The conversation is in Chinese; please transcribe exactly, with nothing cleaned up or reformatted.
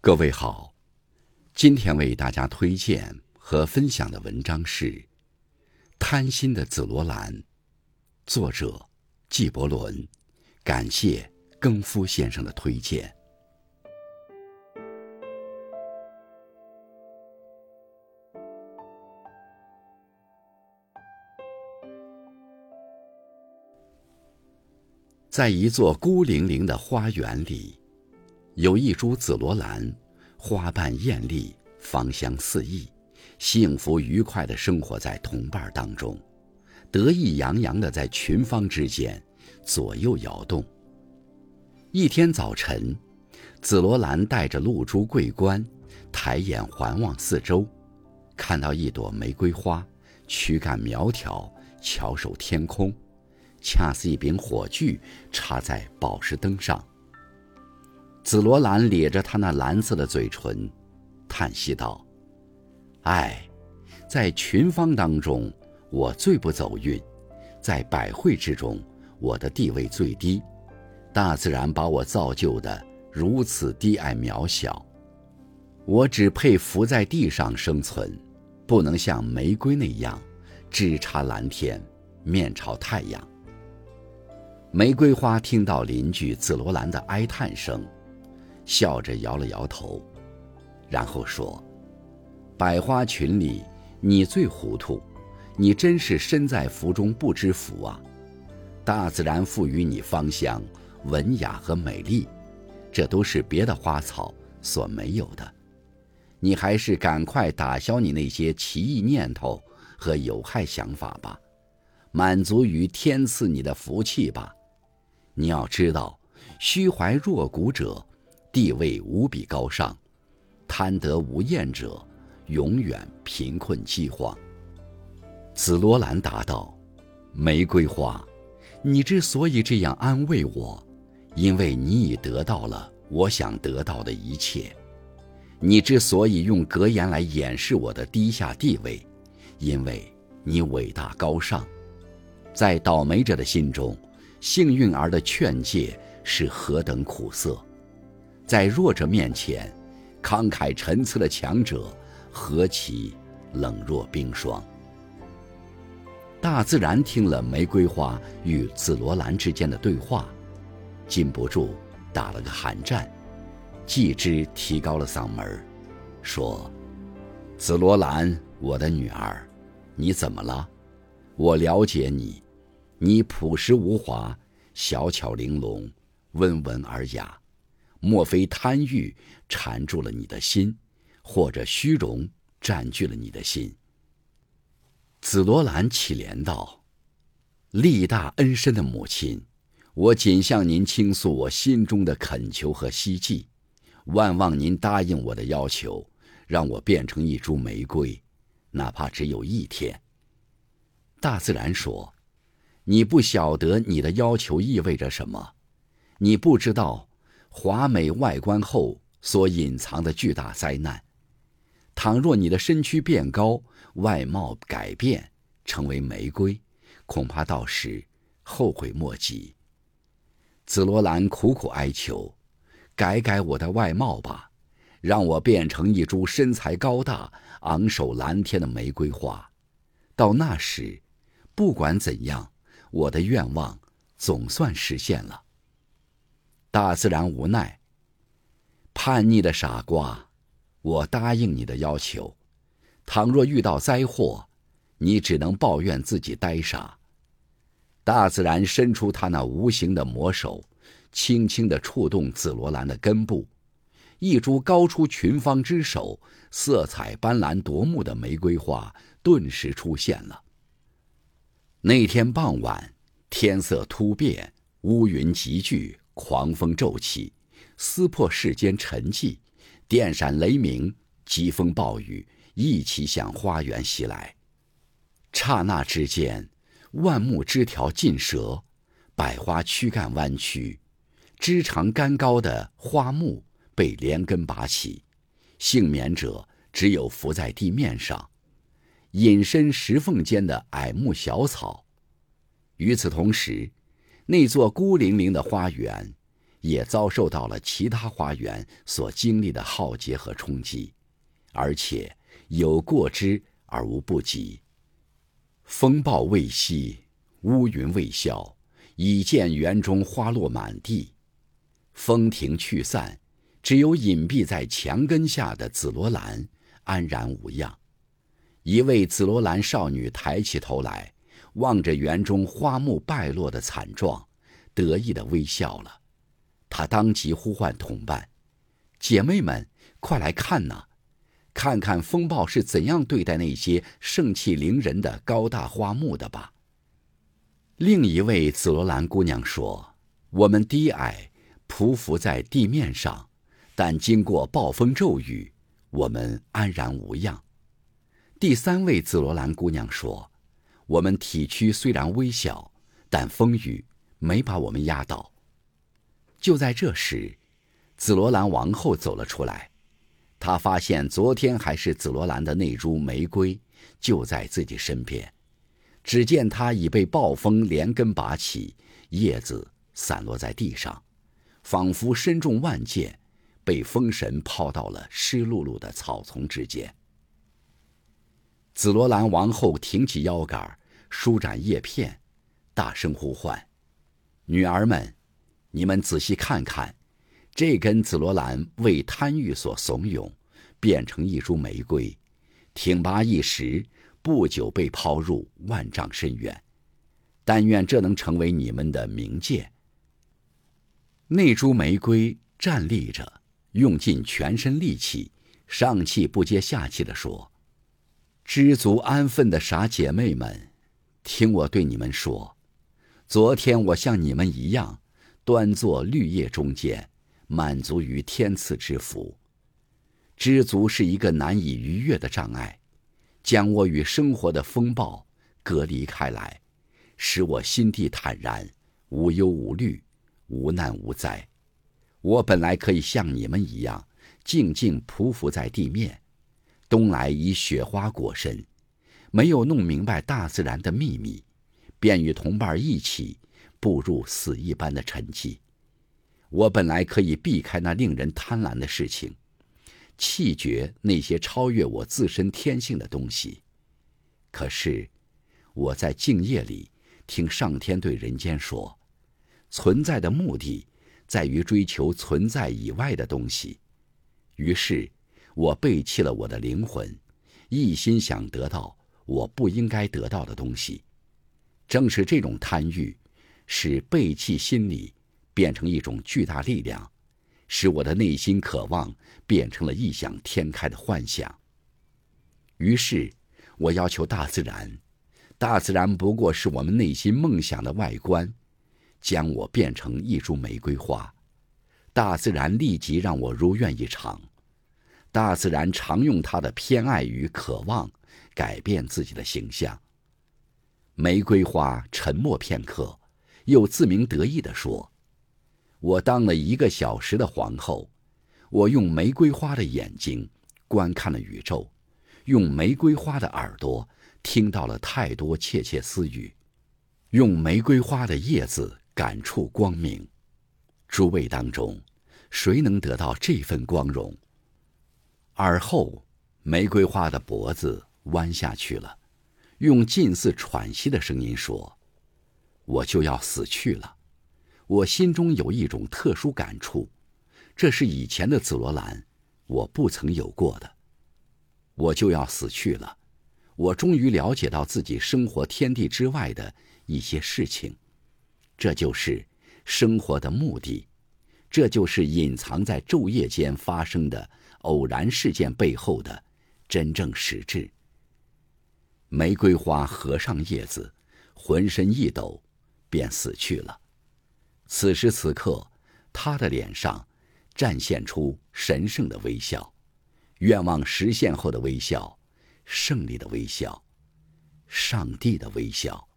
各位好，今天为大家推荐和分享的文章是《贪心的紫罗兰》，作者纪伯伦，感谢更夫先生的推荐。在一座孤零零的花园里，有一株紫罗兰，花瓣艳丽，芳香四溢，幸福愉快地生活在同伴当中，得意洋洋地在群芳之间左右摇动。一天早晨，紫罗兰带着露珠桂冠，抬眼环望四周，看到一朵玫瑰花，躯干苗条，翘首天空，恰似一柄火炬插在宝石灯上。紫罗兰咧着她那蓝色的嘴唇，叹息道：唉，在群芳当中我最不走运，在百会之中我的地位最低，大自然把我造就的如此低矮渺小，我只配伏在地上生存，不能像玫瑰那样枝插蓝天，面朝太阳。玫瑰花听到邻居紫罗兰的哀叹声，笑着摇了摇头，然后说：百花群里你最糊涂，你真是身在福中不知福啊！大自然赋予你芳香、文雅和美丽，这都是别的花草所没有的。你还是赶快打消你那些奇异念头和有害想法吧，满足于天赐你的福气吧。你要知道，虚怀若谷者地位无比高尚，贪得无厌者永远贫困饥荒。紫罗兰答道：玫瑰花，你之所以这样安慰我，因为你已得到了我想得到的一切。你之所以用格言来掩饰我的低下地位，因为你伟大高尚。在倒霉者的心中，幸运儿的劝诫是何等苦涩，在弱者面前，慷慨陈词的强者何其冷若冰霜。大自然听了玫瑰花与紫罗兰之间的对话，禁不住打了个寒战，继之提高了嗓门说：紫罗兰，我的女儿，你怎么了？我了解你，你朴实无华，小巧玲珑，温文尔雅，莫非贪欲缠住了你的心，或者虚荣占据了你的心？紫罗兰乞怜道：力大恩深的母亲，我仅向您倾诉我心中的恳求和希冀，万望您答应我的要求，让我变成一株玫瑰，哪怕只有一天。大自然说：你不晓得你的要求意味着什么，你不知道华美外观后所隐藏的巨大灾难。倘若你的身躯变高，外貌改变，成为玫瑰，恐怕到时后悔莫及。紫罗兰苦苦哀求：改改我的外貌吧，让我变成一株身材高大、昂首蓝天的玫瑰花。到那时，不管怎样，我的愿望总算实现了。大自然无奈：叛逆的傻瓜，我答应你的要求，倘若遇到灾祸，你只能抱怨自己呆傻。大自然伸出他那无形的魔手，轻轻地触动紫罗兰的根部，一株高出群芳之首、色彩斑斓夺目的玫瑰花顿时出现了。那天傍晚，天色突变，乌云集聚，狂风骤起，撕破世间沉寂，电闪雷鸣，疾风暴雨一起向花园袭来。刹那之间，万木枝条尽折，百花躯干弯曲，枝长干高的花木被连根拔起，幸免者只有伏在地面上，隐身石缝间的矮木小草。与此同时，那座孤零零的花园也遭受到了其他花园所经历的浩劫和冲击，而且有过之而无不及。风暴未息，乌云未消，已见园中花落满地。风停去散，只有隐蔽在墙根下的紫罗兰安然无恙。一位紫罗兰少女抬起头来，望着园中花木败落的惨状，得意地微笑了。她当即呼唤同伴：姐妹们，快来看呐！看看风暴是怎样对待那些盛气凌人的高大花木的吧。另一位紫罗兰姑娘说：我们低矮匍匐在地面上，但经过暴风骤雨，我们安然无恙。第三位紫罗兰姑娘说：我们体躯虽然微小，但风雨没把我们压倒。就在这时，紫罗兰王后走了出来，她发现昨天还是紫罗兰的那株玫瑰就在自己身边，只见它已被暴风连根拔起，叶子散落在地上，仿佛身重万箭，被风神抛到了湿漉漉的草丛之间。紫罗兰王后挺起腰杆，舒展叶片，大声呼唤：女儿们，你们仔细看看，这根紫罗兰为贪欲所怂恿，变成一株玫瑰，挺拔一时，不久被抛入万丈深渊。但愿这能成为你们的冥界。那株玫瑰站立着，用尽全身力气，上气不接下气地说：知足安分的傻姐妹们，听我对你们说，昨天我像你们一样，端坐绿叶中间，满足于天赐之福。知足是一个难以逾越的障碍，将我与生活的风暴隔离开来，使我心地坦然，无忧无虑，无难无灾。我本来可以像你们一样，静静匍匐在地面，冬来以雪花裹身，没有弄明白大自然的秘密，便与同伴一起步入死一般的沉寂。我本来可以避开那令人贪婪的事情，弃绝那些超越我自身天性的东西。可是我在静夜里听上天对人间说，存在的目的在于追求存在以外的东西。于是我背弃了我的灵魂，一心想得到我不应该得到的东西。正是这种贪欲，使背弃心理变成一种巨大力量，使我的内心渴望变成了异想天开的幻想。于是我要求大自然，大自然不过是我们内心梦想的外观，将我变成一株玫瑰花。大自然立即让我如愿以偿。大自然常用它的偏爱与渴望改变自己的形象。玫瑰花沉默片刻，又自鸣得意地说：我当了一个小时的皇后，我用玫瑰花的眼睛观看了宇宙，用玫瑰花的耳朵听到了太多窃窃私语，用玫瑰花的叶子感触光明。诸位当中，谁能得到这份光荣？而后玫瑰花的脖子弯下去了，用近似喘息的声音说：我就要死去了。我心中有一种特殊感触，这是以前的紫罗兰我不曾有过的。我就要死去了，我终于了解到自己生活天地之外的一些事情。这就是生活的目的，这就是隐藏在昼夜间发生的偶然事件背后的真正实质。玫瑰花合上叶子，浑身一抖，便死去了。此时此刻，他的脸上展现出神圣的微笑，愿望实现后的微笑，胜利的微笑，上帝的微笑。